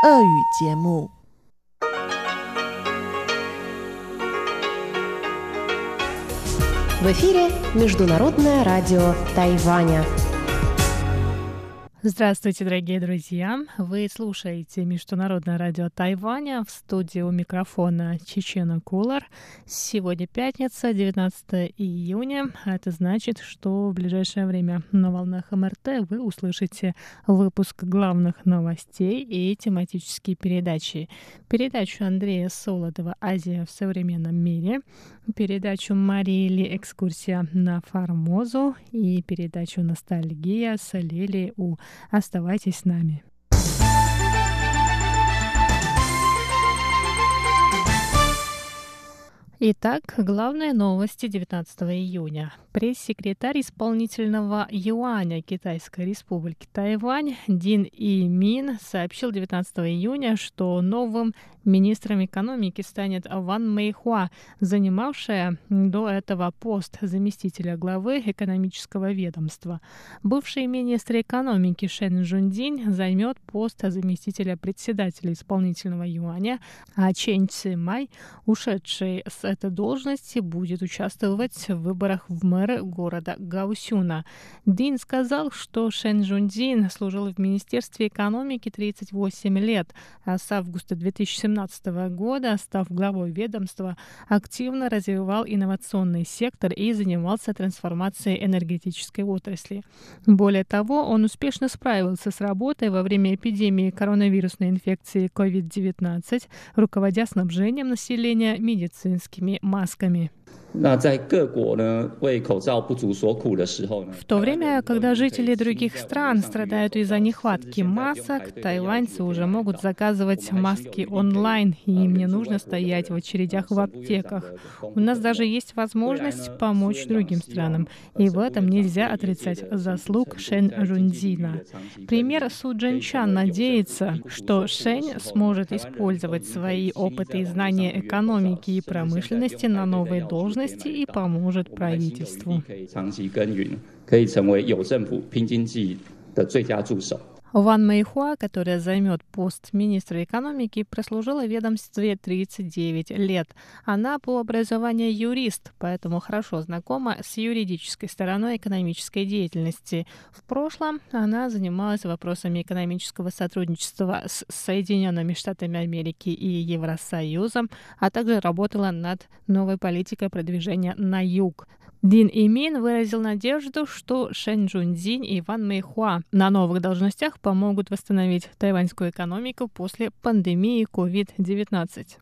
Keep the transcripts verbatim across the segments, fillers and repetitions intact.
俄语节目。 В эфире Международное радио Тайваня. Здравствуйте, дорогие друзья! Вы слушаете Международное радио Тайваня, в студии у микрофона Чечена Кулар. Сегодня пятница, девятнадцатое июня. Это значит, что в ближайшее время на волнах эм эр тэ вы услышите выпуск главных новостей и тематические передачи. Передачу Андрея Солодова «Азия в современном мире», передачу Марии Ли «Экскурсия на Формозу» и передачу «Ностальгия» с Лили У. Оставайтесь с нами. Итак, главные новости девятнадцатого июня. Пресс-секретарь исполнительного юаня Китайской республики Тайвань Дин И Мин сообщил девятнадцатого июня, что новым министром экономики станет Ван Мэйхуа, занимавшая до этого пост заместителя главы экономического ведомства. Бывший министр экономики Шэн Жундинь займет пост заместителя председателя исполнительного юаня, а Чэнь Ци Май, ушедший с этой должности, будет участвовать в выборах в мэры города Гаосюна. Дин сказал, что Шэн Жундин служил в Министерстве экономики тридцать восемь лет, а с августа две тысячи семнадцатого года, став главой ведомства, активно развивал инновационный сектор и занимался трансформацией энергетической отрасли. Более того, он успешно справился с работой во время эпидемии коронавирусной инфекции ковид девятнадцать, руководя снабжением населения медицинскими масками. В то время, когда жители других стран страдают из-за нехватки масок, тайваньцы уже могут заказывать маски онлайн, и им не нужно стоять в очередях в аптеках. У нас даже есть возможность помочь другим странам, и в этом нельзя отрицать заслуг Шэн Жундина. Премьер Су Чжэньчан надеется, что Шэнь сможет использовать свои опыты и знания экономики и промышленности на новой должности и поможет правительству. Ван Мэйхуа, которая займет пост министра экономики, прослужила в ведомстве тридцать девять лет. Она по образованию юрист, поэтому хорошо знакома с юридической стороной экономической деятельности. В прошлом она занималась вопросами экономического сотрудничества с Соединенными Штатами Америки и Евросоюзом, а также работала над новой политикой продвижения на юг. Дин И Мин выразил надежду, что Шэн Жундинь и Ван Мэйхуа на новых должностях помогут восстановить тайваньскую экономику после пандемии ковид девятнадцать.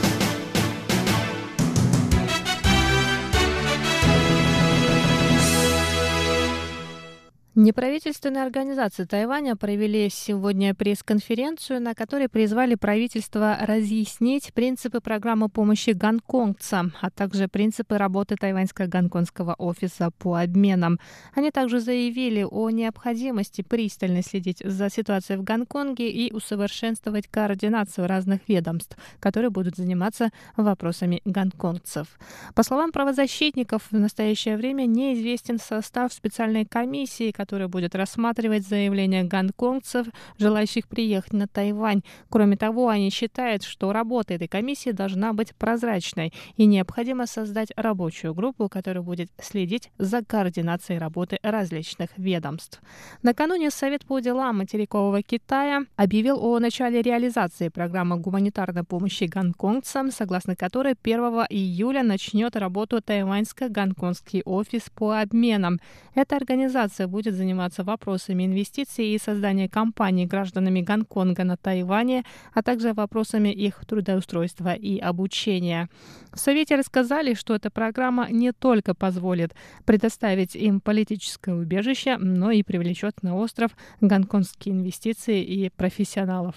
Неправительственные организации Тайваня провели сегодня пресс-конференцию, на которой призвали правительство разъяснить принципы программы помощи гонконгцам, а также принципы работы тайваньско-гонконгского офиса по обменам. Они также заявили о необходимости пристально следить за ситуацией в Гонконге и усовершенствовать координацию разных ведомств, которые будут заниматься вопросами гонконгцев. По словам правозащитников, в настоящее время неизвестен состав специальной комиссии, которая будет рассматривать заявления гонконгцев, желающих приехать на Тайвань. Кроме того, они считают, что работа этой комиссии должна быть прозрачной и необходимо создать рабочую группу, которая будет следить за координацией работы различных ведомств. Накануне Совет по делам материкового Китая объявил о начале реализации программы гуманитарной помощи гонконгцам, согласно которой первого июля начнет работу тайваньско-гонконгский офис по обменам. Эта организация будет заниматься вопросами инвестиций и создания компаний гражданами Гонконга на Тайване, а также вопросами их трудоустройства и обучения. В Совете рассказали, что эта программа не только позволит предоставить им политическое убежище, но и привлечет на остров гонконгские инвестиции и профессионалов.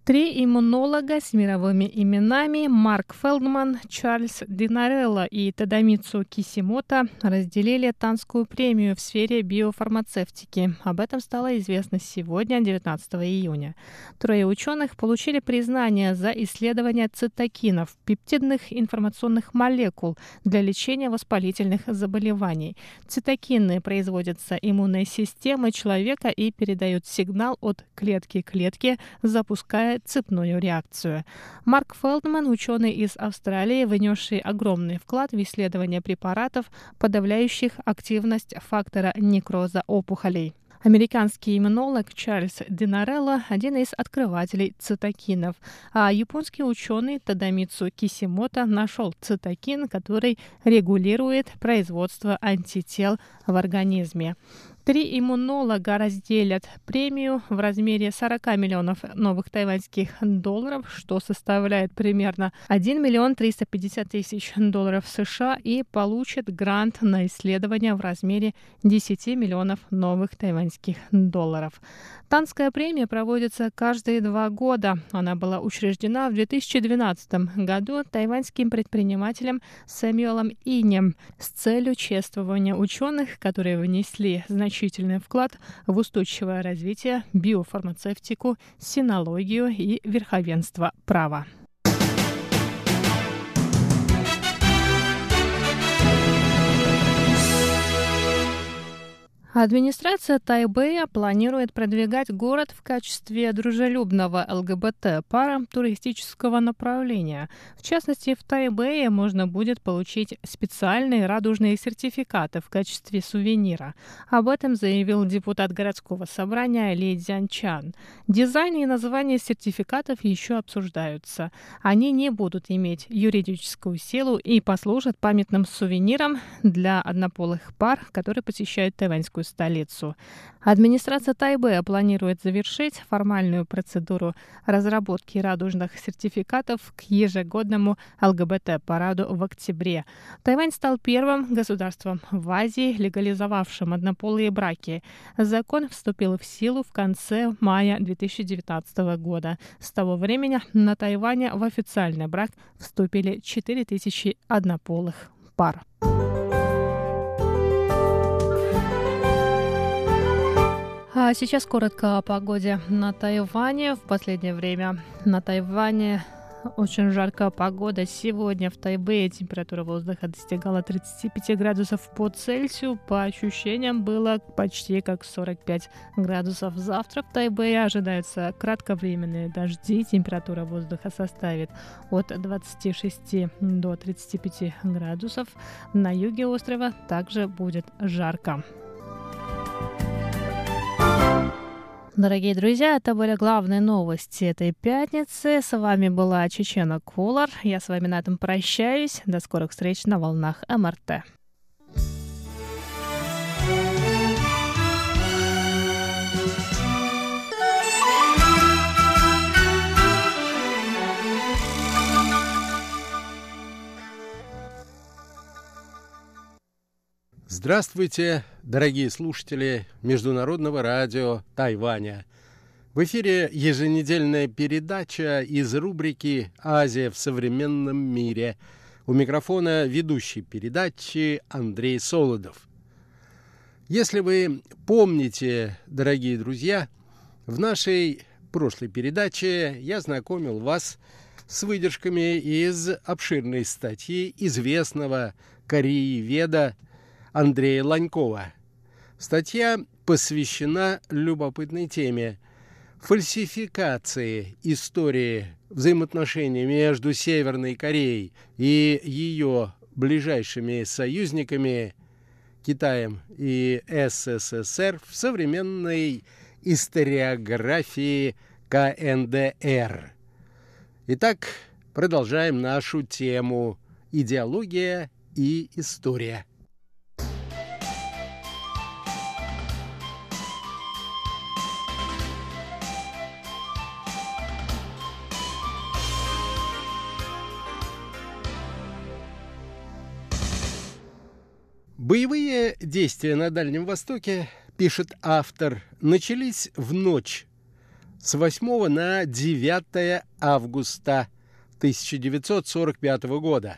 Три иммунолога с мировыми именами Марк Фелдман, Чарльз Динарелло и Тадамицу Кисимото разделили Танскую премию в сфере биофармацевтики. Об этом стало известно сегодня, девятнадцатого июня. Трое ученых получили признание за исследование цитокинов, пептидных информационных молекул для лечения воспалительных заболеваний. Цитокины производятся иммунной системой человека и передают сигнал от клетки к клетке, запуская цепную реакцию. Марк Фелдман, ученый из Австралии, внесший огромный вклад в исследование препаратов, подавляющих активность фактора некроза опухолей. Американский иммунолог Чарльз Динарелло – один из открывателей цитокинов, а японский ученый Тадамицу Кисимото нашел цитокин, который регулирует производство антител в организме. Три иммунолога разделят премию в размере сорок миллионов новых тайваньских долларов, что составляет примерно один миллион триста пятьдесят тысяч долларов США, и получат грант на исследование в размере десять миллионов новых тайваньских долларов. Танская премия проводится каждые два года. Она была учреждена в две тысячи двенадцатом году тайваньским предпринимателем Сэмюэлом Инем с целью чествования ученых, которые внесли значительный вклад в устойчивое развитие, биофармацевтику, синологию и верховенство права. Администрация Тайбэя планирует продвигать город в качестве дружелюбного ЛГБТ-пара туристического направления. В частности, в Тайбэе можно будет получить специальные радужные сертификаты в качестве сувенира. Об этом заявил депутат городского собрания Ли Цзянчан. Дизайн и название сертификатов еще обсуждаются. Они не будут иметь юридическую силу и послужат памятным сувениром для однополых пар, которые посещают тайваньскую столицу. Администрация Тайбэя планирует завершить формальную процедуру разработки радужных сертификатов к ежегодному ЛГБТ-параду в октябре. Тайвань стал первым государством в Азии, легализовавшим однополые браки. Закон вступил в силу в конце мая две тысячи девятнадцатого года. С того времени на Тайване в официальный брак вступили четыре тысячи однополых пар. А сейчас коротко о погоде на Тайване. В последнее время на Тайване очень жаркая погода. Сегодня в Тайбэе температура воздуха достигала тридцать пять градусов по Цельсию. По ощущениям было почти как сорок пять градусов. Завтра в Тайбэе ожидаются кратковременные дожди. Температура воздуха составит от двадцати шести до тридцати пяти градусов. На юге острова также будет жарко. Дорогие друзья, это были главные новости этой пятницы. С вами была Чечена Кулар. Я с вами на этом прощаюсь. До скорых встреч на волнах эм эр тэ. Здравствуйте, дорогие слушатели Международного радио Тайваня. В эфире еженедельная передача из рубрики «Азия в современном мире». У микрофона ведущий передачи Андрей Солодов. Если вы помните, дорогие друзья, в нашей прошлой передаче я знакомил вас с выдержками из обширной статьи известного корееведа Андрея Ланькова. Статья посвящена любопытной теме фальсификации истории взаимоотношений между Северной Кореей и ее ближайшими союзниками Китаем и эс эс эс эр в современной историографии ка эн дэ эр. Итак, продолжаем нашу тему «Идеология и история». Боевые действия на Дальнем Востоке, пишет автор, начались в ночь с восьмого на девятое августа тысяча девятьсот сорок пятого года.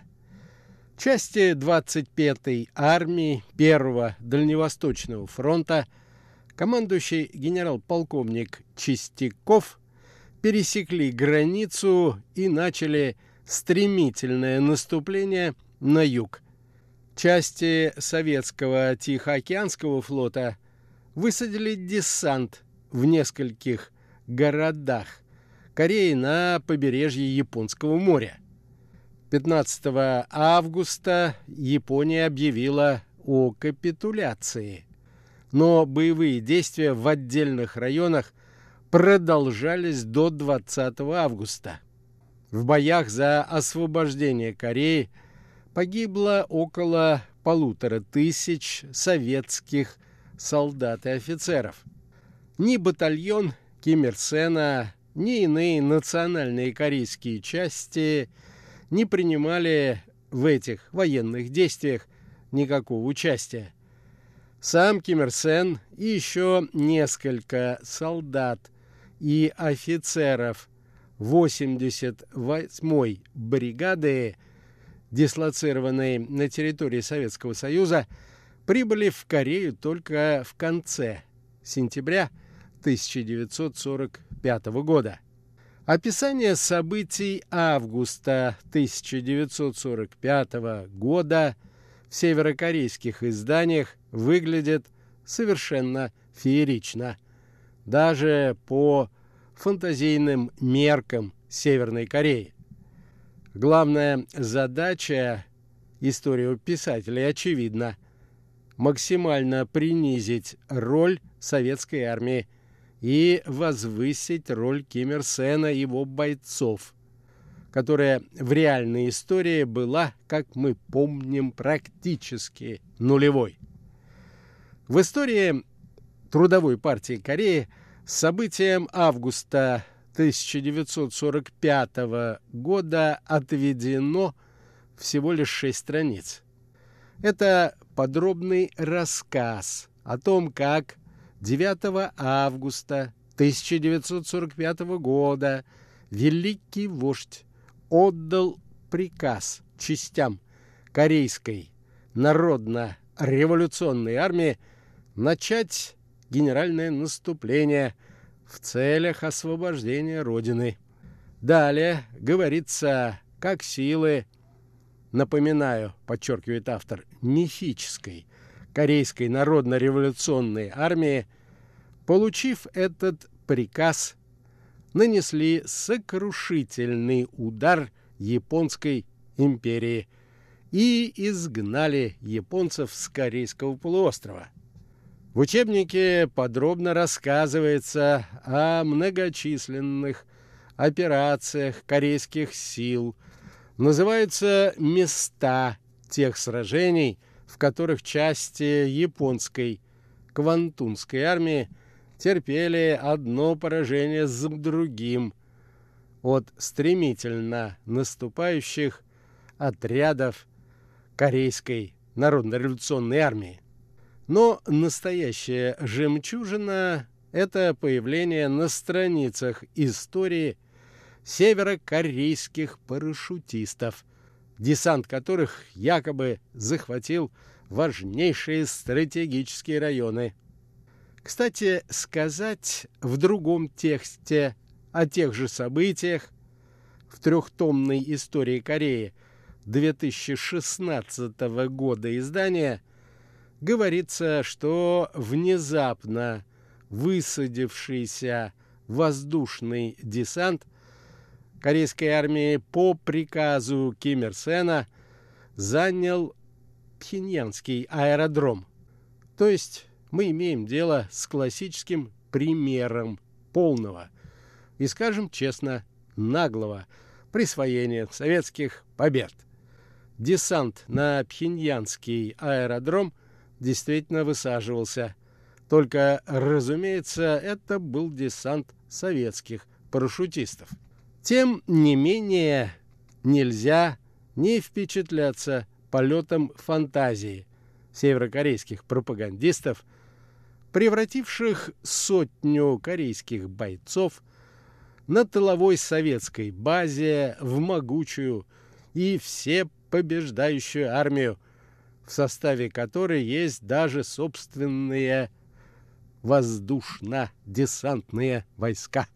Части двадцать пятой армии Первого Дальневосточного фронта, командующий генерал-полковник Чистяков, пересекли границу и начали стремительное наступление на юг. Части советского Тихоокеанского флота высадили десант в нескольких городах Кореи на побережье Японского моря. пятнадцатого августа Япония объявила о капитуляции, но боевые действия в отдельных районах продолжались до двадцатого августа. В боях за освобождение Кореи погибло около полутора тысяч советских солдат и офицеров. Ни батальон Ким Ир Сена, ни иные национальные корейские части не принимали в этих военных действиях никакого участия. Сам Ким Ир Сен и еще несколько солдат и офицеров восемьдесят восьмой бригады, дислоцированной на территории Советского Союза, прибыли в Корею только в конце сентября тысяча девятьсот сорок пятого года. Описание событий августа тысяча девятьсот сорок пятого года в северокорейских изданиях выглядит совершенно феерично, даже по фантазийным меркам Северной Кореи. Главная задача историописателей очевидна: максимально принизить роль советской армии и возвысить роль Ким Ир Сена и его бойцов, которая в реальной истории была, как мы помним, практически нулевой. В истории Трудовой партии Кореи событиям августа тысяча девятьсот сорок пятого года отведено всего лишь шесть страниц. Это подробный рассказ о том, как девятого августа тысяча девятьсот сорок пятого года великий вождь отдал приказ частям Корейской народно-революционной армии начать генеральное наступление в целях освобождения Родины. Далее говорится, как силы, напоминаю, подчеркивает автор, мифической Корейской народно-революционной армии, получив этот приказ, нанесли сокрушительный удар японской империи и изгнали японцев с Корейского полуострова. В учебнике подробно рассказывается о многочисленных операциях корейских сил, называются места тех сражений, в которых части японской Квантунской армии терпели одно поражение за другим от стремительно наступающих отрядов Корейской народно-революционной армии. Но настоящая жемчужина – это появление на страницах истории северокорейских парашютистов, десант которых якобы захватил важнейшие стратегические районы. Кстати сказать, в другом тексте о тех же событиях в трехтомной истории Кореи две тысячи шестнадцатого года издания говорится, что внезапно высадившийся воздушный десант корейской армии по приказу Ким Ир Сена занял Пхеньянский аэродром. То есть мы имеем дело с классическим примером полного и, скажем честно, наглого присвоения советских побед. Десант на Пхеньянский аэродром действительно высаживался. Только, разумеется, это был десант советских парашютистов. Тем не менее, нельзя не впечатляться полетом фантазии северокорейских пропагандистов, превративших сотню корейских бойцов на тыловой советской базе в могучую и всепобеждающую армию, в составе которой есть даже собственные воздушно-десантные войска.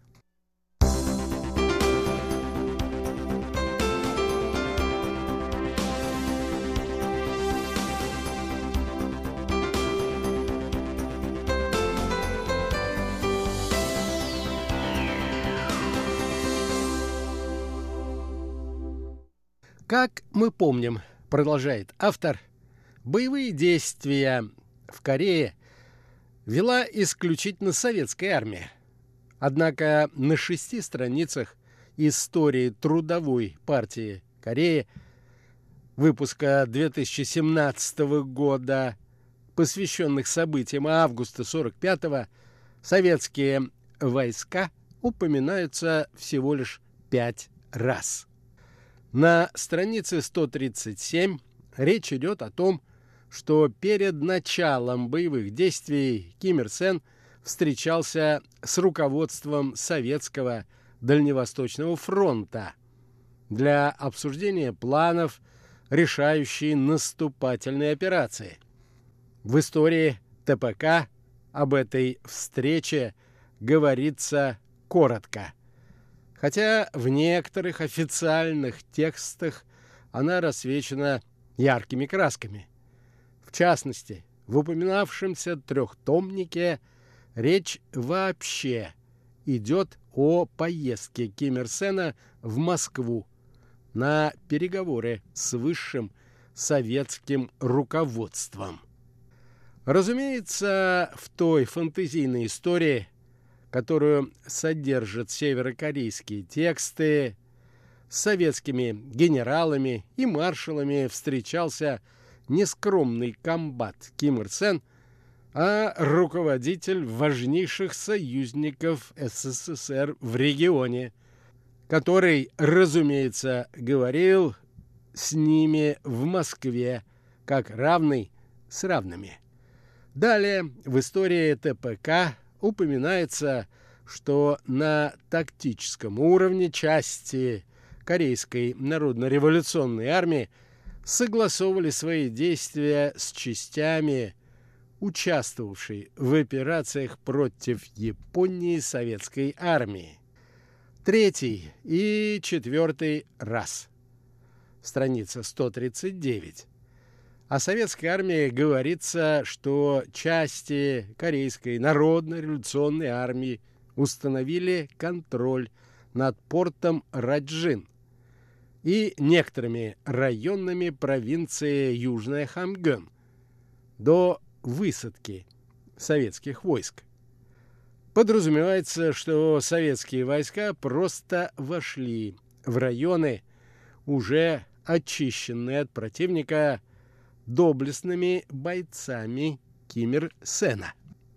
Как мы помним, продолжает автор, боевые действия в Корее вела исключительно советская армия. Однако на шести страницах истории Трудовой партии Кореи выпуска две тысячи семнадцатого года, посвященных событиям августа сорок пятого, советские войска упоминаются всего лишь пять раз. На странице сто тридцать семь речь идет о том, что перед началом боевых действий Ким Ир Сен встречался с руководством Советского Дальневосточного фронта для обсуждения планов решающей наступательной операции. В истории ТПК об этой встрече говорится коротко, хотя в некоторых официальных текстах она рассвечена яркими красками. В частности, в упоминавшемся трехтомнике речь вообще идет о поездке Ким Ир Сена в Москву на переговоры с высшим советским руководством. Разумеется, в той фэнтезийной истории, которую содержат северокорейские тексты, с советскими генералами и маршалами встречался не скромный комбат Ким Ир Сен, а руководитель важнейших союзников СССР в регионе, который, разумеется, говорил с ними в Москве как равный с равными. Далее в истории ТПК упоминается, что на тактическом уровне части Корейской народно-революционной армии согласовывали свои действия с частями, участвовавшей в операциях против Японии советской армии. Третий и четвертый раз. Страница сто тридцать девять. О советской армии говорится, что части Корейской народно-революционной армии установили контроль над портом Раджин и некоторыми районами провинции Южная Хамгён до высадки советских войск. Подразумевается, что советские войска просто вошли в районы, уже очищенные от противника доблестными бойцами Ким Ир Сена.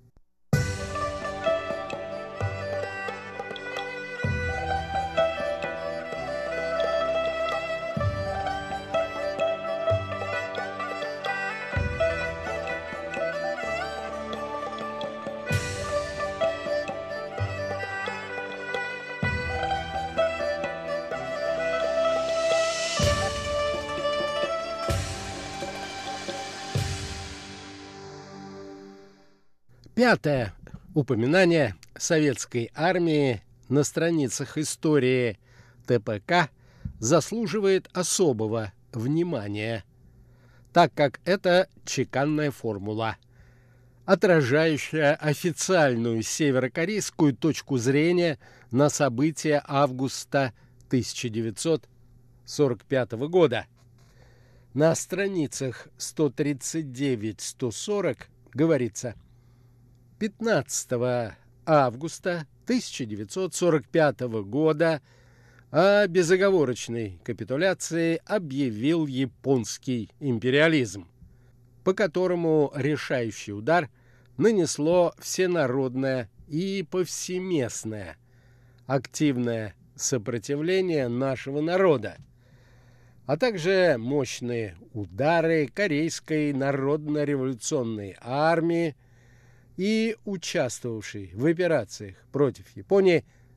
Пятое упоминание советской армии на страницах истории ТПК заслуживает особого внимания, так как это чеканная формула, отражающая официальную северокорейскую точку зрения на события августа тысяча девятьсот сорок пятого года. На страницах сто тридцать девять — сто сорок говорится: пятнадцатого августа тысяча девятьсот сорок пятого года о безоговорочной капитуляции объявил японский империализм, по которому решающий удар нанесло всенародное и повсеместное активное сопротивление нашего народа, а также мощные удары Корейской народно-революционной армии и участвовавшей в операциях против Японии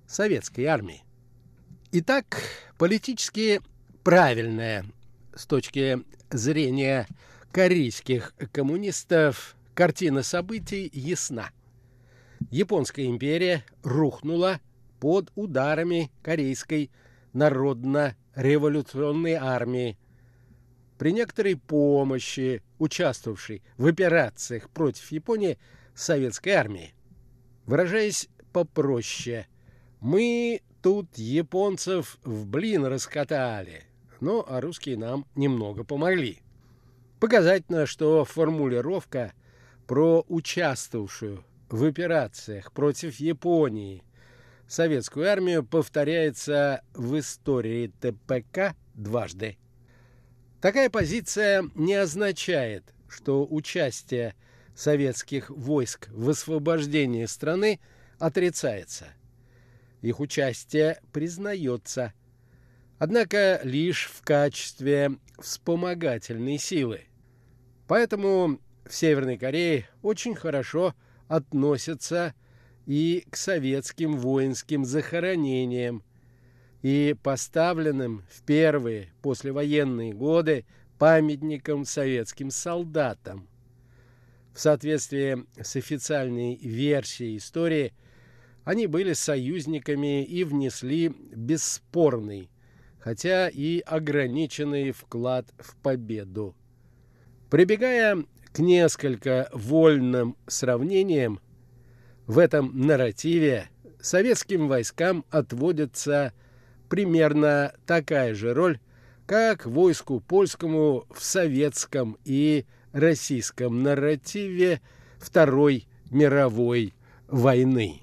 советской армии. Итак, политически правильная с точки зрения корейских коммунистов картина событий ясна. Японская империя рухнула под ударами Корейской народно-революционной армии, при некоторой помощи, участвовавшей в операциях против Японии советской армии. Выражаясь попроще, мы тут японцев в блин раскатали, ну а русские нам немного помогли. Показательно, что формулировка про участвовавшую в операциях против Японии советскую армию повторяется в истории ТПК дважды. Такая позиция не означает, что участие советских войск в освобождении страны отрицается. Их участие признается, однако лишь в качестве вспомогательной силы. Поэтому в Северной Корее очень хорошо относятся и к советским воинским захоронениям, и поставленным в первые послевоенные годы памятником советским солдатам. В соответствии с официальной версией истории, они были союзниками и внесли бесспорный, хотя и ограниченный вклад в победу. Прибегая к несколько вольным сравнениям, в этом нарративе советским войскам отводится примерно такая же роль, как войску польскому в советском и российском нарративе Второй мировой войны.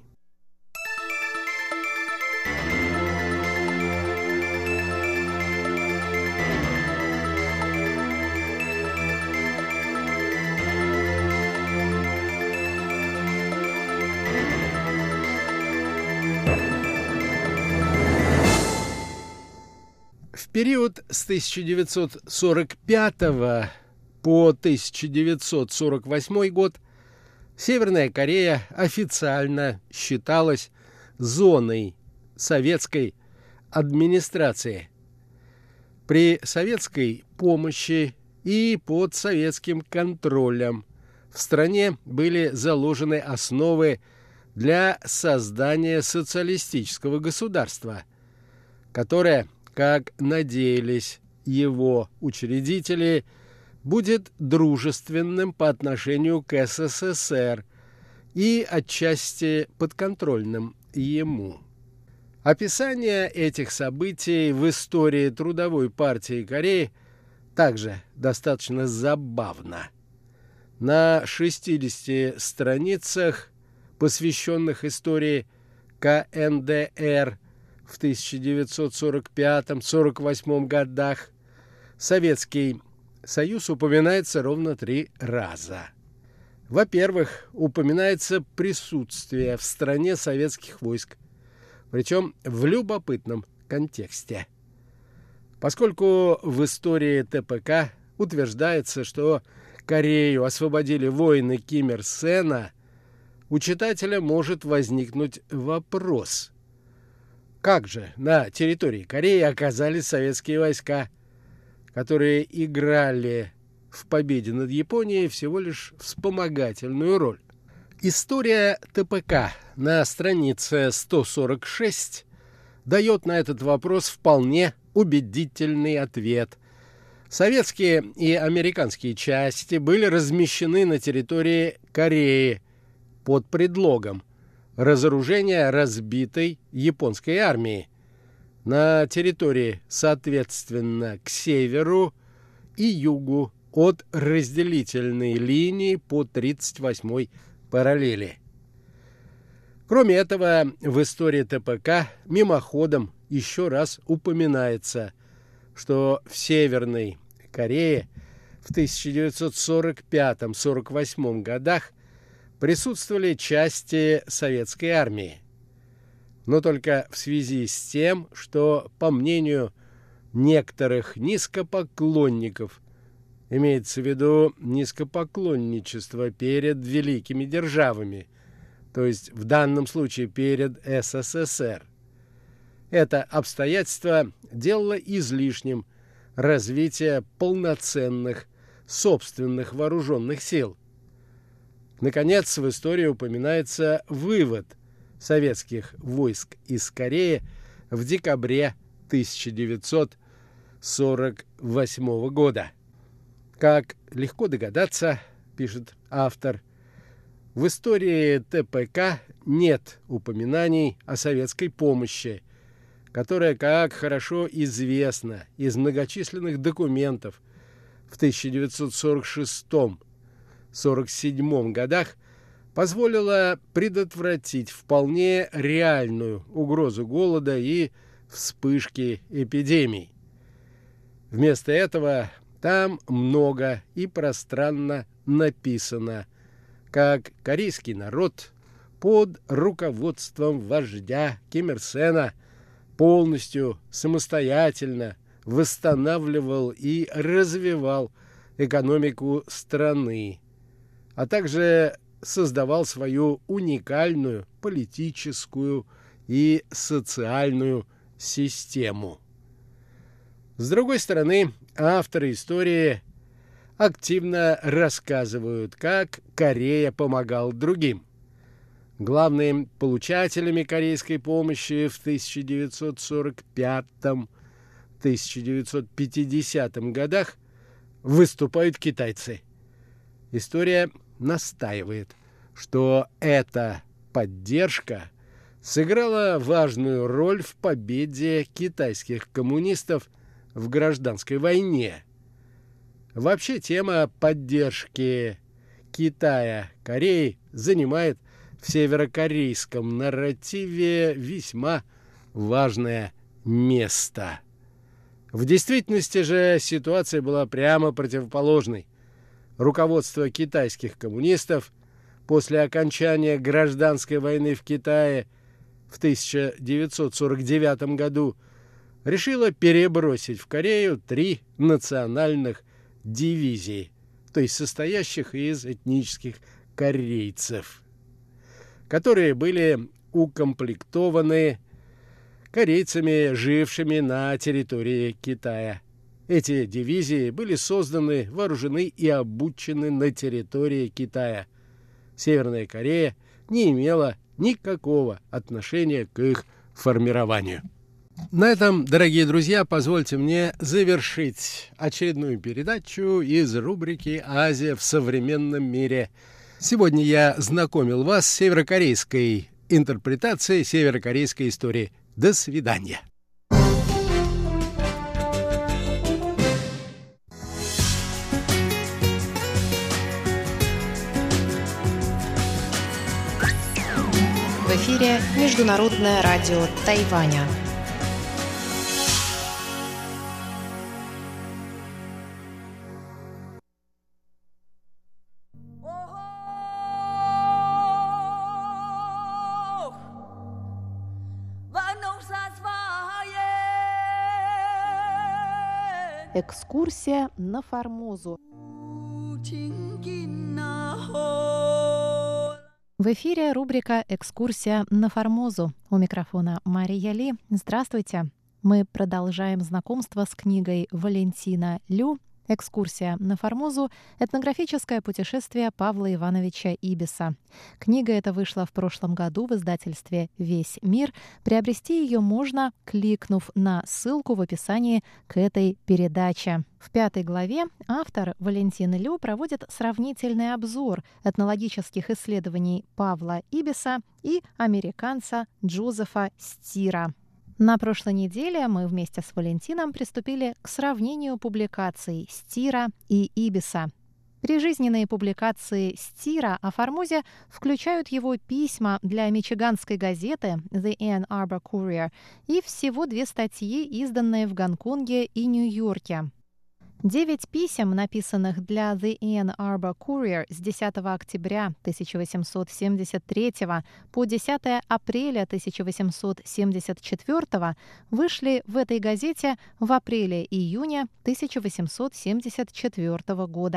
В период с тысяча девятьсот сорок пятого по тысяча девятьсот сорок восьмой год Северная Корея официально считалась зоной советской администрации. При советской помощи и под советским контролем в стране были заложены основы для создания социалистического государства, которое, как надеялись его учредители, будет дружественным по отношению к СССР и отчасти подконтрольным ему. Описание этих событий в истории Трудовой партии Кореи также достаточно забавно. На шестидесяти страницах, посвященных истории ка эн дэ эр в тысяча девятьсот сорок пятом — сорок восьмом годах, Советский Союз упоминается ровно три раза. Во-первых, упоминается присутствие в стране советских войск, причем в любопытном контексте. Поскольку в истории ТПК утверждается, что Корею освободили воины Ким Ир Сена, у читателя может возникнуть вопрос: как же на территории Кореи оказались советские войска, которые играли в победе над Японией всего лишь вспомогательную роль? История ТПК на странице сто сорок шесть дает на этот вопрос вполне убедительный ответ. Советские и американские части были размещены на территории Кореи под предлогом разоружения разбитой японской армии на территории, соответственно, к северу и югу от разделительной линии по тридцать восьмой параллели. Кроме этого, в истории ТПК мимоходом еще раз упоминается, что в Северной Корее в тысяча девятьсот сорок пятом — сорок восьмом годах присутствовали части советской армии, но только в связи с тем, что, по мнению некоторых низкопоклонников, имеется в виду низкопоклонничество перед великими державами, то есть в данном случае перед СССР, Это обстоятельство делало излишним развитие полноценных собственных вооруженных сил. Наконец, в истории упоминается вывод советских войск из Кореи в декабре тысяча девятьсот сорок восьмого года. Как легко догадаться, пишет автор, в истории ТПК нет упоминаний о советской помощи, которая, как хорошо известно из многочисленных документов, в тысяча девятьсот сорок шестом — сорок седьмом годах позволила предотвратить вполне реальную угрозу голода и вспышки эпидемий. Вместо этого там много и пространно написано, как корейский народ под руководством вождя Ким Ир Сена полностью самостоятельно восстанавливал и развивал экономику страны, а также создавал свою уникальную политическую и социальную систему. С другой стороны, авторы истории активно рассказывают, как Корея помогала другим. Главными получателями корейской помощи в тысяча девятьсот сорок пятом — тысяча девятьсот пятидесятом годах выступают китайцы. История настаивает, что эта поддержка сыграла важную роль в победе китайских коммунистов в гражданской войне. Вообще тема поддержки Китая Кореи занимает в северокорейском нарративе весьма важное место. В действительности же ситуация была прямо противоположной. Руководство китайских коммунистов после окончания гражданской войны в Китае в тысяча девятьсот сорок девятом году решило перебросить в Корею три национальных дивизии, то есть состоящих из этнических корейцев, которые были укомплектованы корейцами, жившими на территории Китая. Эти дивизии были созданы, вооружены и обучены на территории Китая. Северная Корея не имела никакого отношения к их формированию. На этом, дорогие друзья, позвольте мне завершить очередную передачу из рубрики «Азия в современном мире». Сегодня я знакомил вас с северокорейской интерпретацией северокорейской истории. До свидания. В эфире Международное радио Тайваня. Экскурсия на Формозу. В эфире рубрика «Экскурсия на Формозу». У микрофона Мария Ли. Здравствуйте. Мы продолжаем знакомство с книгой Валентина Лю «Экскурсия на Формозу. Этнографическое путешествие Павла Ивановича Ибиса». Книга эта вышла в прошлом году в издательстве «Весь мир». Приобрести ее можно, кликнув на ссылку в описании к этой передаче. В пятой главе автор Валентин Лю проводит сравнительный обзор этнологических исследований Павла Ибиса и американца Джозефа Стира. На прошлой неделе мы вместе с Валентином приступили к сравнению публикаций Стира и Ибиса. Прижизненные публикации Стира о Формозе включают его письма для мичиганской газеты The Ann Arbor Courier и всего две статьи, изданные в Гонконге и Нью-Йорке. Девять писем, написанных для The Ann Arbor Courier с десятого октября тысяча восемьсот семьдесят третьего по десятое апреля тысяча восемьсот семьдесят четвёртого, вышли в этой газете в апреле-июне тысяча восемьсот семьдесят четвёртого года.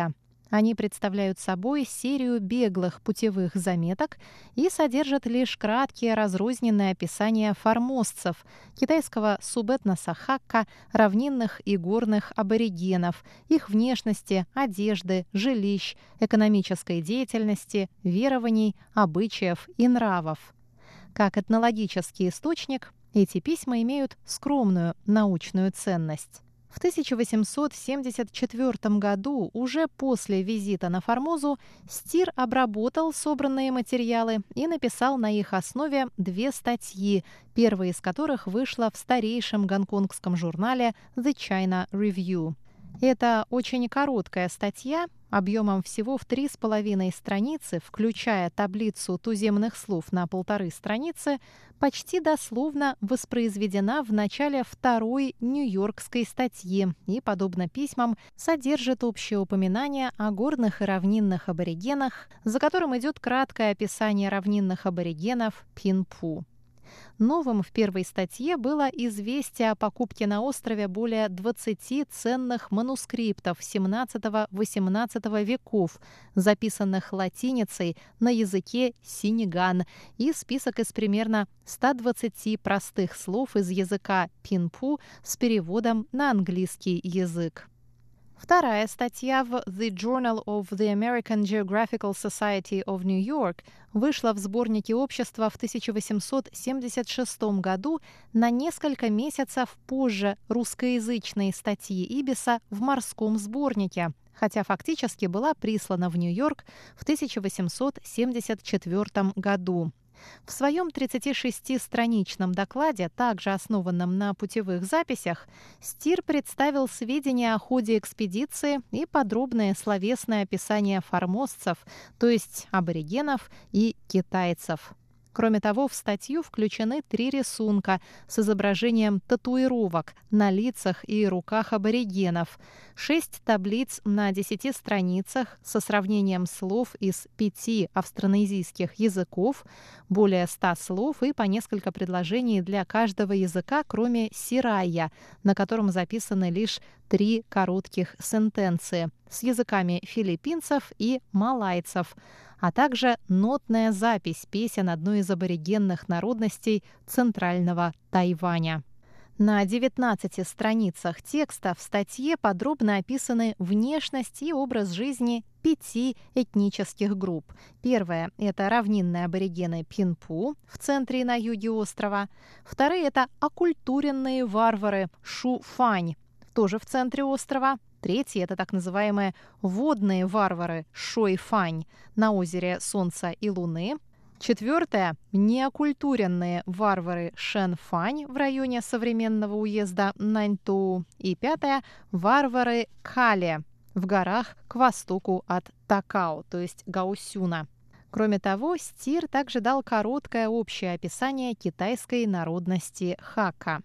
Они представляют собой серию беглых путевых заметок и содержат лишь краткие разрозненные описания формозцев, китайского субэтноса хакка, равнинных и горных аборигенов, их внешности, одежды, жилищ, экономической деятельности, верований, обычаев и нравов. Как этнологический источник, эти письма имеют скромную научную ценность. В тысяча восемьсот семьдесят четвёртом году, уже после визита на Формозу, Стир обработал собранные материалы и написал на их основе две статьи, первая из которых вышла в старейшем гонконгском журнале The China Review. Это очень короткая статья, объемом всего в три с половиной страницы, включая таблицу туземных слов на полторы страницы, почти дословно воспроизведена в начале второй нью-йоркской статьи и, подобно письмам, содержит общее упоминание о горных и равнинных аборигенах, за которым идет краткое описание равнинных аборигенов Пинпу. Новым в первой статье было известие о покупке на острове более двадцати ценных манускриптов семнадцатого-восемнадцатого веков, записанных латиницей на языке синеган, и список из примерно ста двадцати простых слов из языка пинпу с переводом на английский язык. Вторая статья в The Journal of the American Geographical Society of New York вышла в сборнике общества в тысяча восемьсот семьдесят шестом году на несколько месяцев позже русскоязычной статьи Ибиса в морском сборнике, хотя фактически была прислана в Нью-Йорк в тысяча восемьсот семьдесят четвёртом году. В своем тридцатишестистраничном докладе, также основанном на путевых записях, Стир представил сведения о ходе экспедиции и подробное словесное описание формозцев, то есть аборигенов и китайцев. Кроме того, в статью включены три рисунка с изображением татуировок на лицах и руках аборигенов, шесть таблиц на десяти страницах со сравнением слов из пяти австронезийских языков, более ста слов и по несколько предложений для каждого языка, кроме сирайя, на котором записаны лишь три коротких сентенции, с языками филиппинцев и малайцев, а также нотная запись песен одной из аборигенных народностей Центрального Тайваня. На девятнадцати страницах текста в статье подробно описаны внешность и образ жизни пяти этнических групп. Первая – это равнинные аборигены Пинпу в центре и на юге острова. Вторые – это оккультуренные варвары Шу-Фань, тоже в центре острова. Третьи – это так называемые водные варвары Шой-Фань на озере Солнца и Луны. Четвертое – неокультуренные варвары Шэн-Фань в районе современного уезда Наньтоу. И пятое – варвары Кале в горах к востоку от Такао, то есть Гаосюна. Кроме того, Стир также дал короткое общее описание китайской народности Хакка.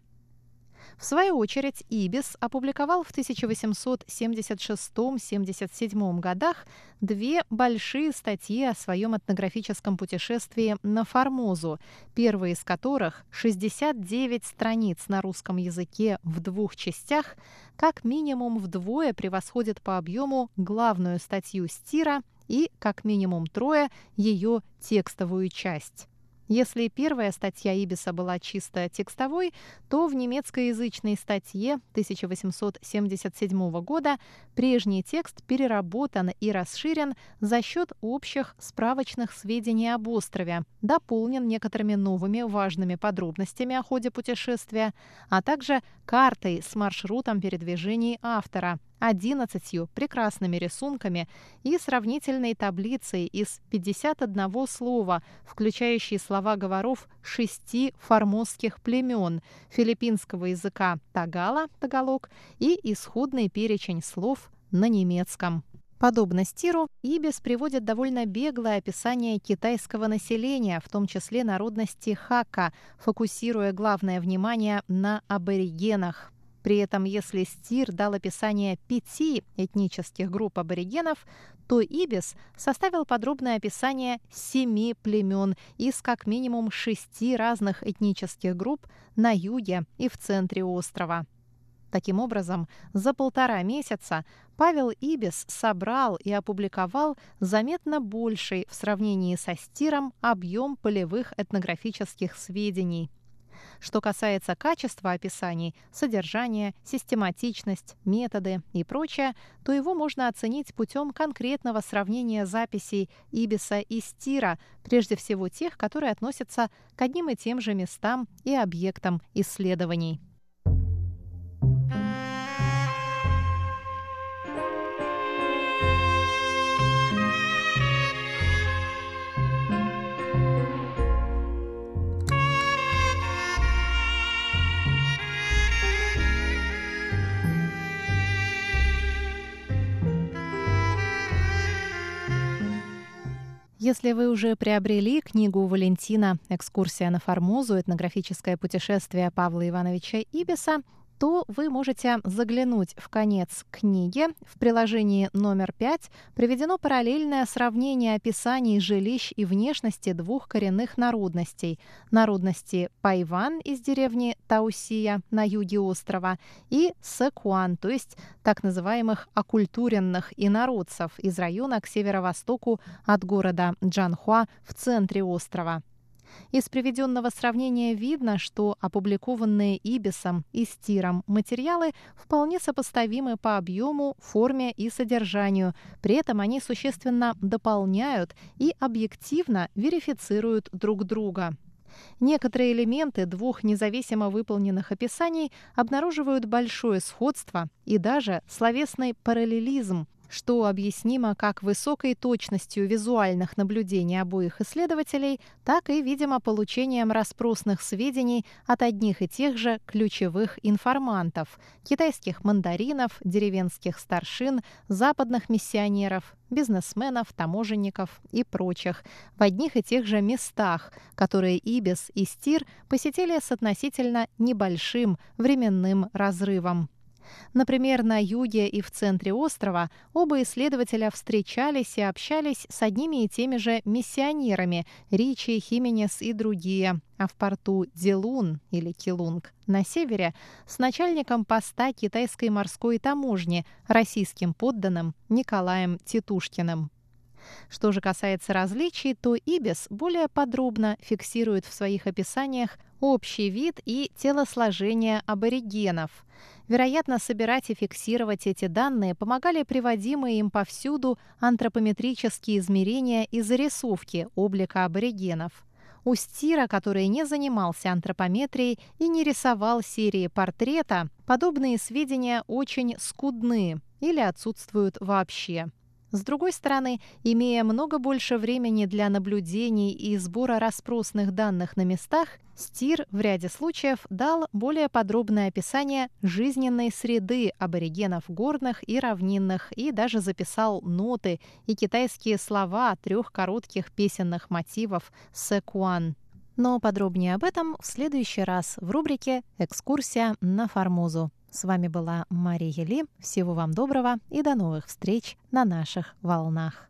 В свою очередь, Ибис опубликовал в тысяча восемьсот семьдесят шестом — семьдесят седьмом годах две большие статьи о своем этнографическом путешествии на Формозу, первая из которых, шестьдесят девять страниц на русском языке в двух частях, как минимум вдвое превосходит по объему главную статью Стира и, как минимум трое, ее текстовую часть. Если первая статья Ибиса была чисто текстовой, то в немецкоязычной статье тысяча восемьсот семьдесят седьмого года прежний текст переработан и расширен за счет общих справочных сведений об острове, дополнен некоторыми новыми важными подробностями о ходе путешествия, а также картой с маршрутом передвижений автора, одиннадцатью прекрасными рисунками и сравнительной таблицей из пятидесяти одного слова, включающей слова говоров шести формозских племен филиппинского языка тагала, тагалог, и исходный перечень слов на немецком. Подобно Стиру, Ибис приводит довольно беглое описание китайского населения, в том числе народности Хакка, фокусируя главное внимание на аборигенах. При этом, если Стир дал описание пяти этнических групп аборигенов, то Ибис составил подробное описание семи племен из как минимум шести разных этнических групп на юге и в центре острова. Таким образом, за полтора месяца Павел Ибис собрал и опубликовал заметно больший в сравнении со Стиром объем полевых этнографических сведений. Что касается качества описаний, содержания, систематичность, методы и прочее, то его можно оценить путем конкретного сравнения записей Ибиса и Стира, прежде всего тех, которые относятся к одним и тем же местам и объектам исследований. Если вы уже приобрели книгу Валентина «Экскурсия на Формозу. Этнографическое путешествие Павла Ивановича Ибиса», то вы можете заглянуть в конец книги. В приложении номер пять приведено параллельное сравнение описаний жилищ и внешности двух коренных народностей. Народности Пайван из деревни Таусия на юге острова и Секуан, то есть так называемых оккультуренных инородцев из района к северо-востоку от города Джанхуа в центре острова. Из приведенного сравнения видно, что опубликованные Ибисом и Стиром материалы вполне сопоставимы по объему, форме и содержанию. При этом они существенно дополняют и объективно верифицируют друг друга. Некоторые элементы двух независимо выполненных описаний обнаруживают большое сходство и даже словесный параллелизм, что объяснимо как высокой точностью визуальных наблюдений обоих исследователей, так и, видимо, получением распросных сведений от одних и тех же ключевых информантов – китайских мандаринов, деревенских старшин, западных миссионеров, бизнесменов, таможенников и прочих в одних и тех же местах, которые Ибис и Стир посетили с относительно небольшим временным разрывом. Например, на юге и в центре острова оба исследователя встречались и общались с одними и теми же миссионерами – Ричи, Хименес и другие, а в порту Дилун или Килунг на севере с начальником поста китайской морской таможни, российским подданным Николаем Титушкиным. Что же касается различий, то Ибис более подробно фиксирует в своих описаниях общий вид и телосложение аборигенов. Вероятно, собирать и фиксировать эти данные помогали приводимые им повсюду антропометрические измерения и зарисовки облика аборигенов. У Стира, который не занимался антропометрией и не рисовал серии портрета, подобные сведения очень скудны или отсутствуют вообще. С другой стороны, имея много больше времени для наблюдений и сбора распросных данных на местах, Стир в ряде случаев дал более подробное описание жизненной среды аборигенов горных и равнинных и даже записал ноты и китайские слова трех коротких песенных мотивов «Секуан». Но подробнее об этом в следующий раз в рубрике «Экскурсия на Формозу». С вами была Мария Ли. Всего вам доброго и до новых встреч на наших волнах.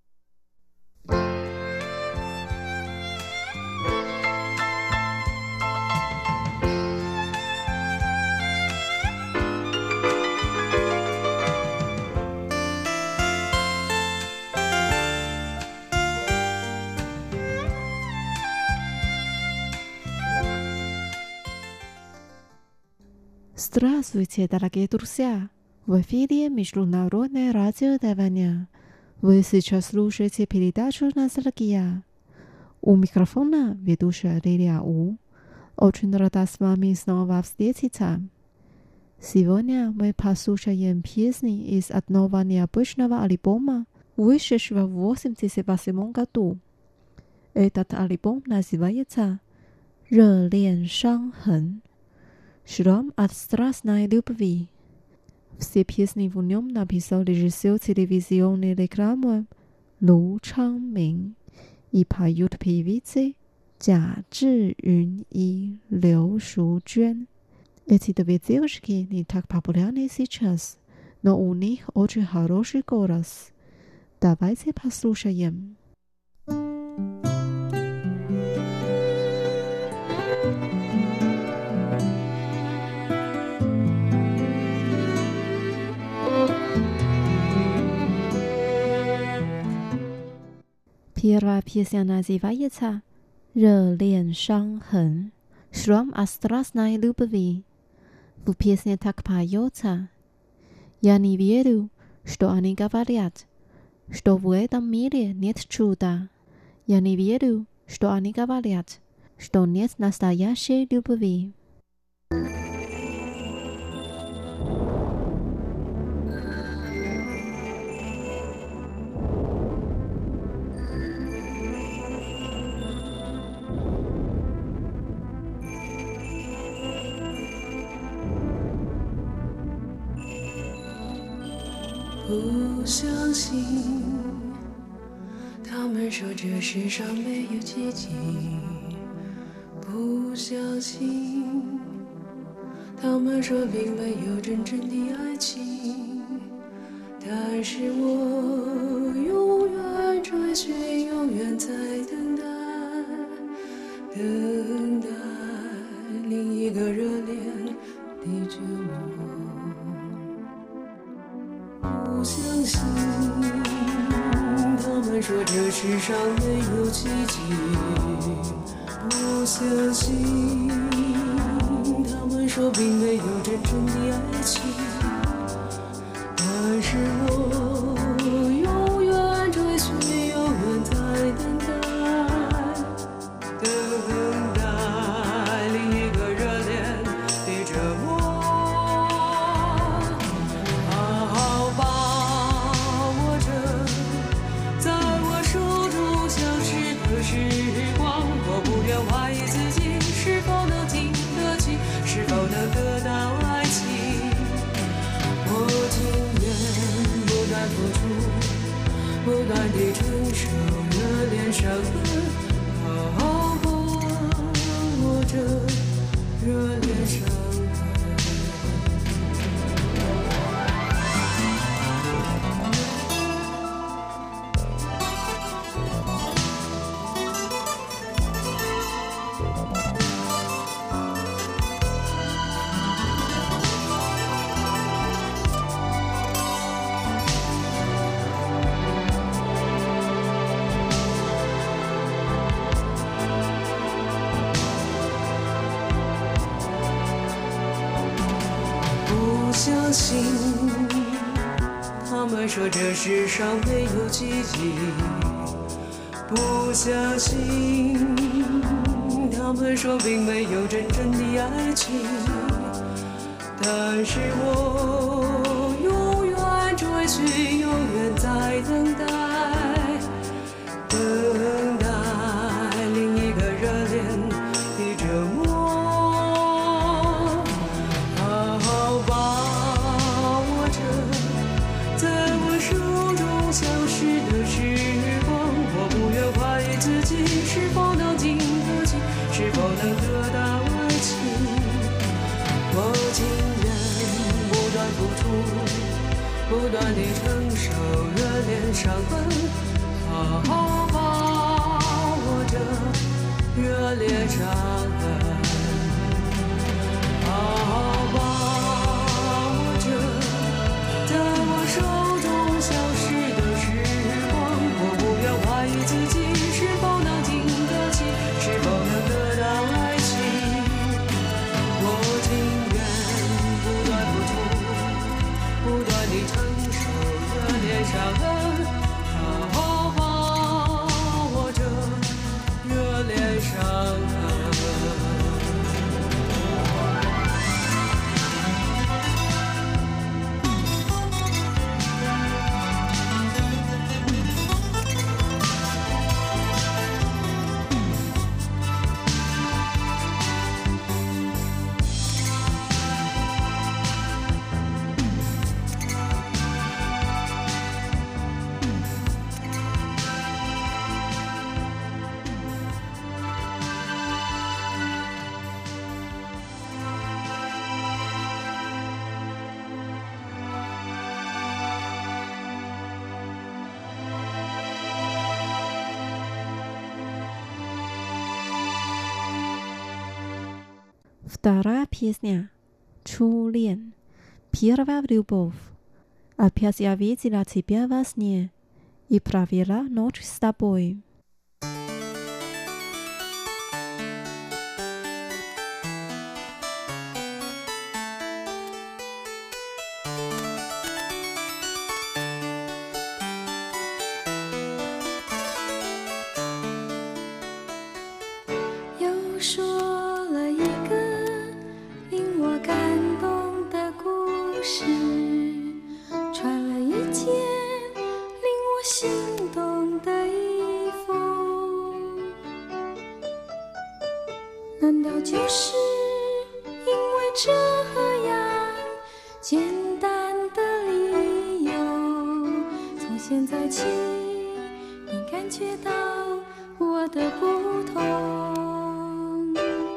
Здравствуйте, дорогие друзья! В эфире Международное радио Тайваня. Вы сейчас слушаете передачу «Ностальгия». У микрофона ведущая Лилия У. Очень рада с вами снова встретиться. Сегодня мы послушаем песни из одного необычного альбома, вышедшего в восемьдесят восьмом году. Этот альбом называется «热恋伤痕». Шрам от страстной любви. Все песни в нем написал режиссер телевизионной рекламы Лу Чангмин и поют певицы Jia Zhiyun и Liu Shujun. Эти две девушки не так популярны сейчас, но у них очень хороший голос. Давайте послушаем. Первая песня называется «热恋伤痕» Шрам от страстной любви. В песне так поется: «Я не верю, что они говорят, что в этом мире нет чуда. Я не верю, что они говорят, что нет настоящей любви». 不相信，他们说这世上没有奇迹。不相信，他们说并没有真正的爱情。但是我永远追寻，永远在等待，等待另一个热恋的折磨。不相信，他们说这世上没有奇迹。不相信，他们说并没有真正的爱情。但是我永远追寻，永远在等待，等待另一个热恋的折磨。怀疑自己是否能经得起，是否能得到爱情。我情愿不断付出，不断地承受热恋伤痕，好好把握着热恋伤痕。不相信，他们说这世上没有奇迹。不相信，他们说并没有真正的爱情。但是我永远追寻，永远在等待，等待另一个热恋的折磨。消失的时光，我不愿怀疑自己是否能经得起，是否能得到爱情。我情愿不断付出，不断地承受热恋伤痕，好好把握着热恋伤痕，好好把握着在我手中消失。怀疑自己是否能经得起，是否能得到爱情。我情愿不断付出，不断地承受热恋伤痕，好好把握着热恋伤痕。 Вторая песня «初恋» Первая любовь. Опять я видела тебя во сне и провела ночь с тобой. 难道就是因为这样简单的理由，从现在起你感觉到我的不同，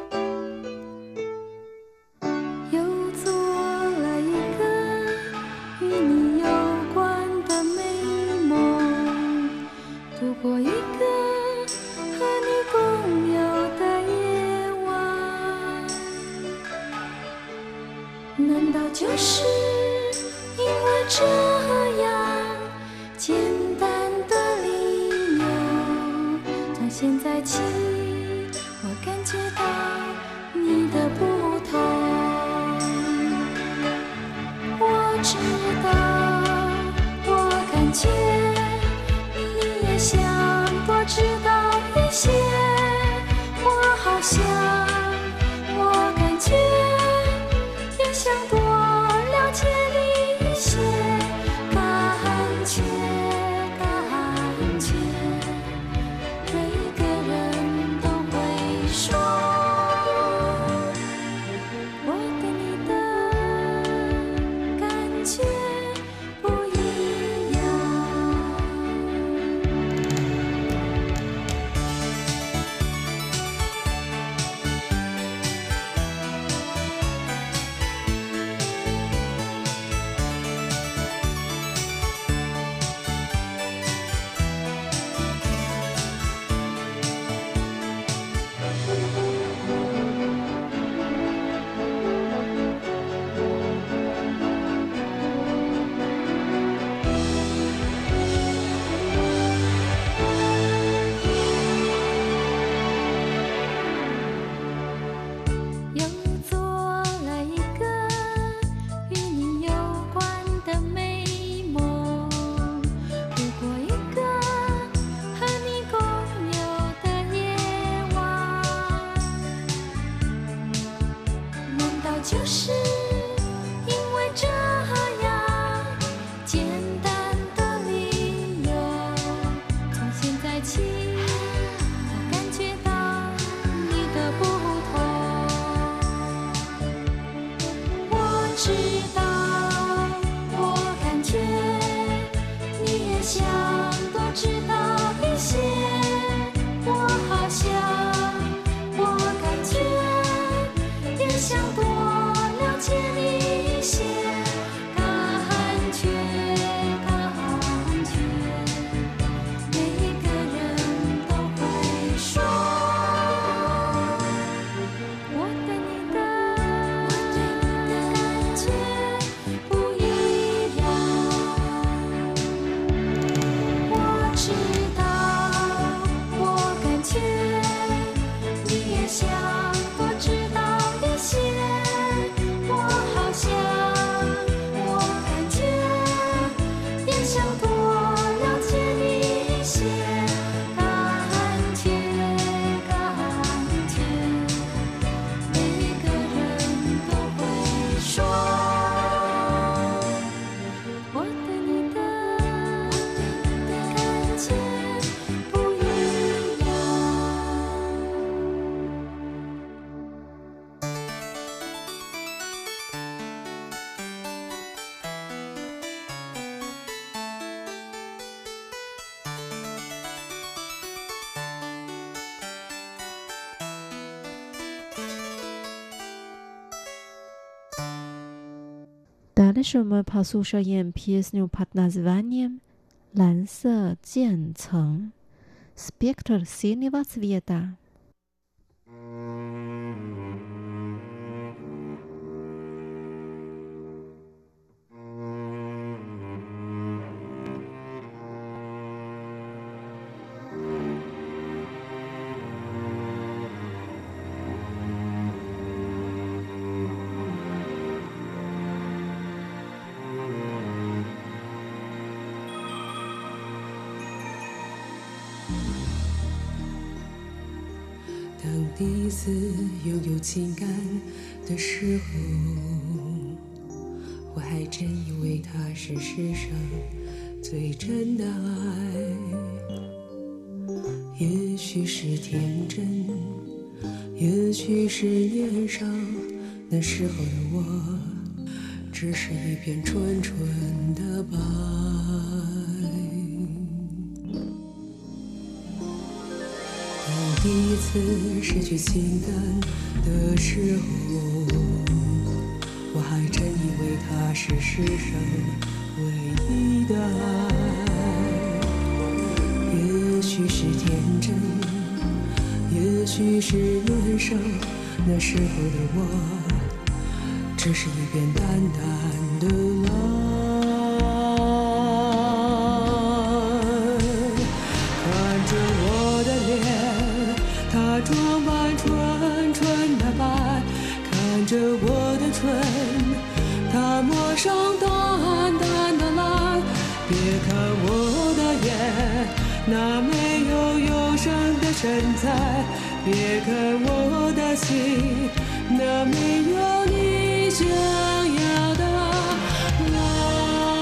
又做了一个与你有关的美梦，度过一个和你共有的夜晚。难道就是因为这样简单的理由，从现在起我感觉到你的不同。我知道，我感觉你也想多知道一些，我好像我感觉也想多了解你一些，感觉感觉每个人都会说我对你的感觉不一样。又做了一个与你有关的美梦，度过一个和你共有的夜晚。难道就是因为这样简单的理由，从现在起我感觉到你的不同。我知道，我感觉你也想多知道一些，我好像我感觉也想多了解你一些，感觉感觉每个人都会说我对你的感觉不一样。我知道，我感觉你也想多知道一些，我好像我感觉也想多了解你一些，感觉感觉每个人都会说我对你的感觉不一样。 Дальше мы послушаем песню под названием «Лан色渐层» «Спектр синего цвета». 当第一次拥有情感的时候，我还真以为它是世上最真的爱。也许是天真， 也许是年少那时候的我，只是一片纯纯的白。当第一次失去情感的时候，我还真以为它是世上唯一的爱。也许是天真，也许是年少，那时候的我只是一片淡淡的蓝。看着我的脸，它装扮纯纯的白，看着我的唇，它抹上淡淡的蓝。别看我的眼，那没有忧伤的身材，别看我的心，那没有你想要的爱。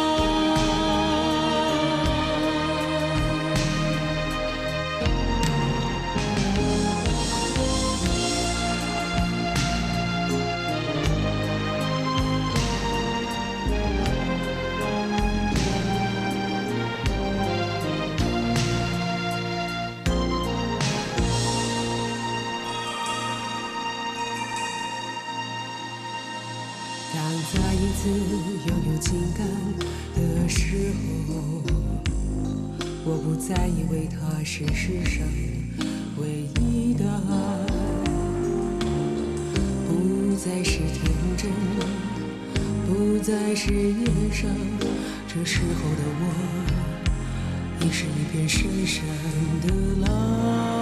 再一次拥有情感的时候，我不再以为它是世上唯一的爱，不再是天真，不再是年少，这时候的我已是一片深深的蓝。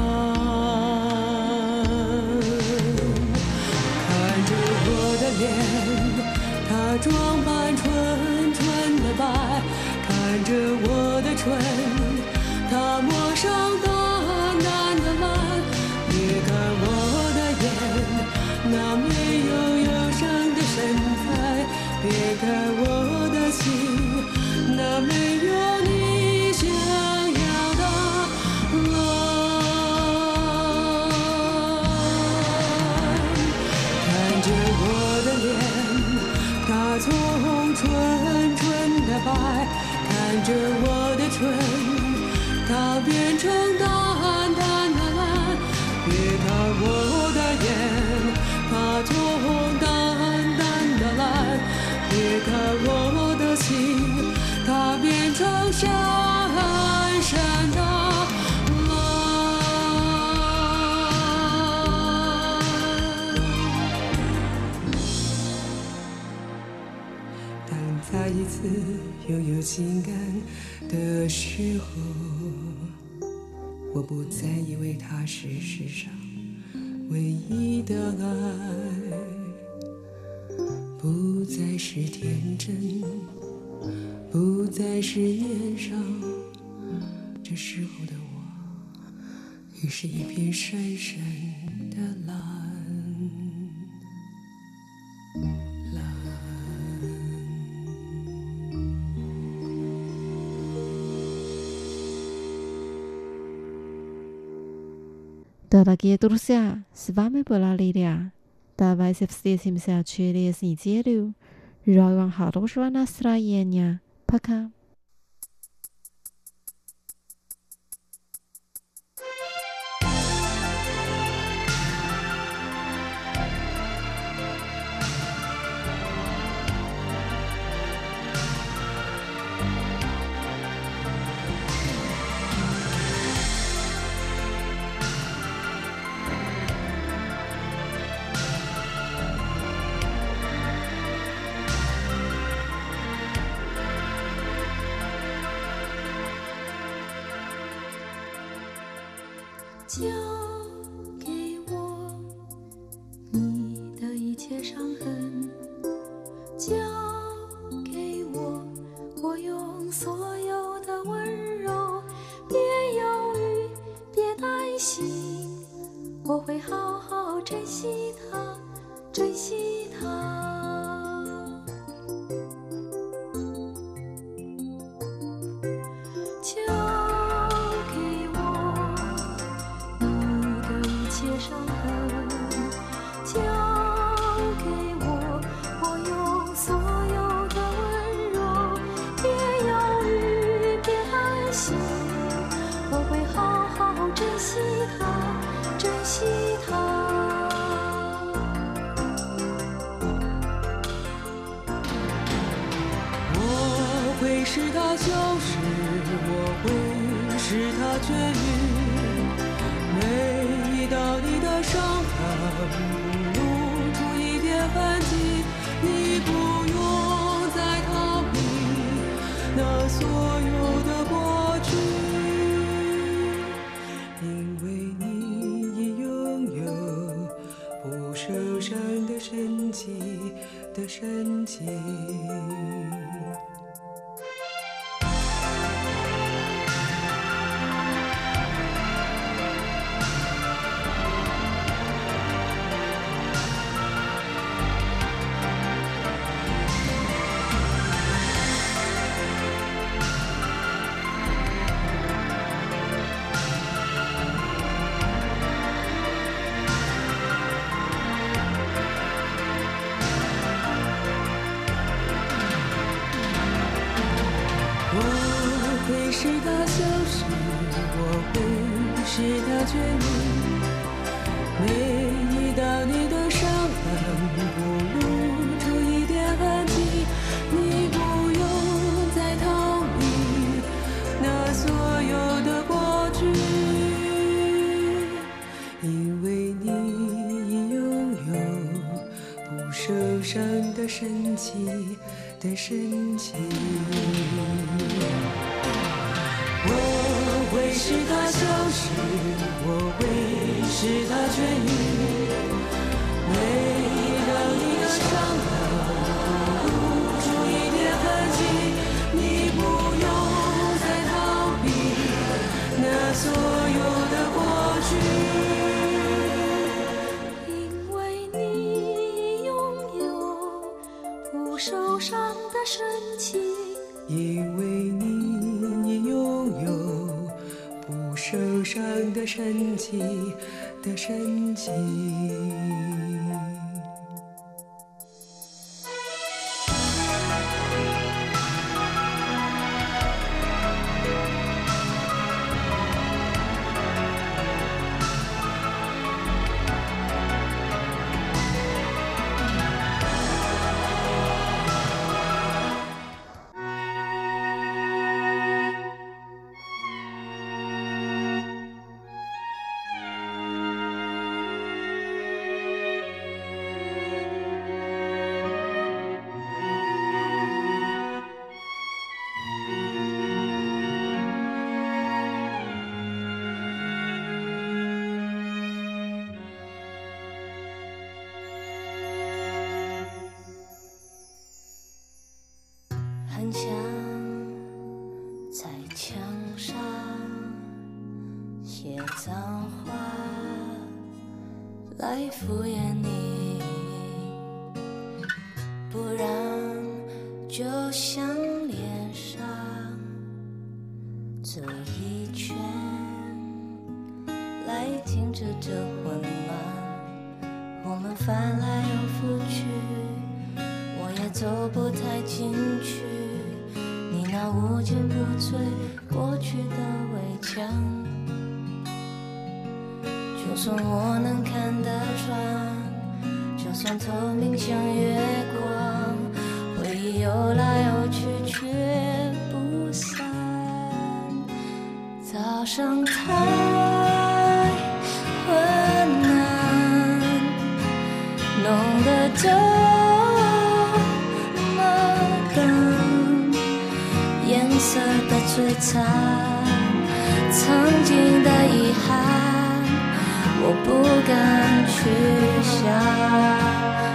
看着我的脸，它装扮纯纯的白，看着我的唇，它抹上淡淡的蓝。别看我的眼，那没有忧伤的身材，别看我的心，那没有你想要的爱。看着我的脸，它从纯纯的白，看着我的唇，它变成淡淡的蓝。别看我的眼，它从淡淡的蓝。别看我的心，它变成深深的再一次拥有情感的时候，我不再以为它是世上唯一的爱，不再是天真，不再是年少，这时候的我已是一片深深的蓝。 Дорогие друзья, с вами была Лилия. Давайте встретимся через неделю. Желаю вам хорошего настроения. Пока. 交给我你的一切伤痕，交给我我用所有的温柔，别犹豫，别担心，我会好好珍惜它，珍惜它。交给我你的一切伤痕， 它消失，我会使它痊愈。每到你的伤痕不露出一点痕迹，你不用再逃避那所有的过去，因为你已拥有不受伤的神奇的神奇。使它消失，我会使它痊愈。每到你的伤痕不露出一点痕迹，你不用再逃避那所有的过去，因为你已拥有不受伤的神奇的神奇。我会使它消失，我会使它痊愈。每当你的伤痕不露出一点痕迹，你不用再逃避那所有的过去， 因为你拥有不受伤的神奇， 因为你拥有不受伤的神奇的神奇。 很想在墙上写脏话来敷衍你，不然就像脸上走一圈来停止这混乱，我们翻来又覆去，我也走不太进去你那无坚不摧过去的围墙，就算我能看得穿，就算透明像月光，回忆游来游去却不散。早上太昏暗，弄得这颜色的摧残，曾经的遗憾，我不敢去想。